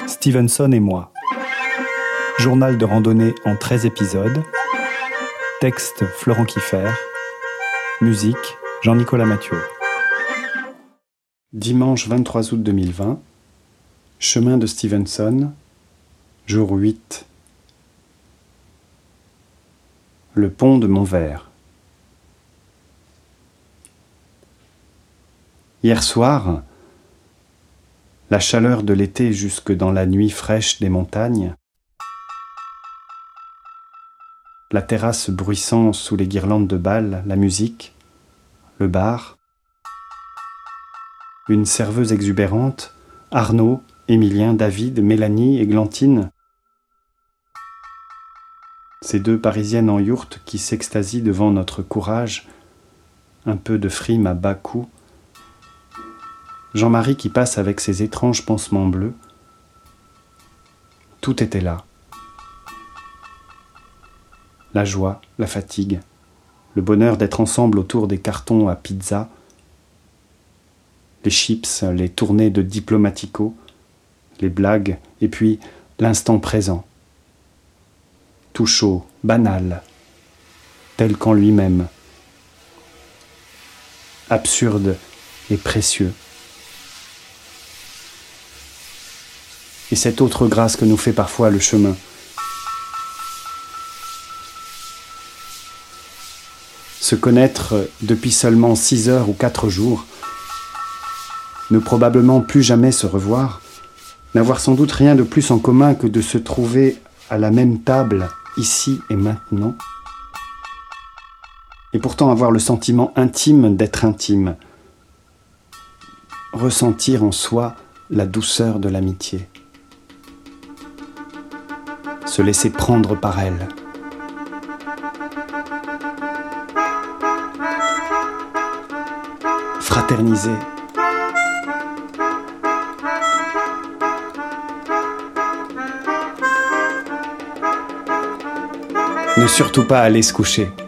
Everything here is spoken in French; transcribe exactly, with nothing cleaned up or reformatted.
Stevenson et moi. Journal de randonnée en treize épisodes. Texte Florent Kieffer. Musique Jean-Nicolas Mathieu. Dimanche vingt-trois août deux mille vingt. Chemin de Stevenson. Jour huit. Le pont de Montvert. Hier soir, la chaleur de l'été jusque dans la nuit fraîche des montagnes, la terrasse bruissant sous les guirlandes de bal, la musique, le bar, une serveuse exubérante, Arnaud, Émilien, David, Mélanie, Églantine, ces deux Parisiennes en yourte qui s'extasient devant notre courage, un peu de frime à bas coût, Jean-Marie qui passe avec ses étranges pansements bleus. Tout était là. La joie, la fatigue, le bonheur d'être ensemble autour des cartons à pizza, les chips, les tournées de diplomatico, les blagues, et puis l'instant présent. Tout chaud, banal, tel qu'en lui-même, absurde et précieux. Et cette autre grâce que nous fait parfois le chemin. Se connaître depuis seulement six heures ou quatre jours, ne probablement plus jamais se revoir, n'avoir sans doute rien de plus en commun que de se trouver à la même table, ici et maintenant, et pourtant avoir le sentiment intime d'être intime, ressentir en soi la douceur de l'amitié. Se laisser prendre par elle. Fraterniser. Ne surtout pas aller se coucher.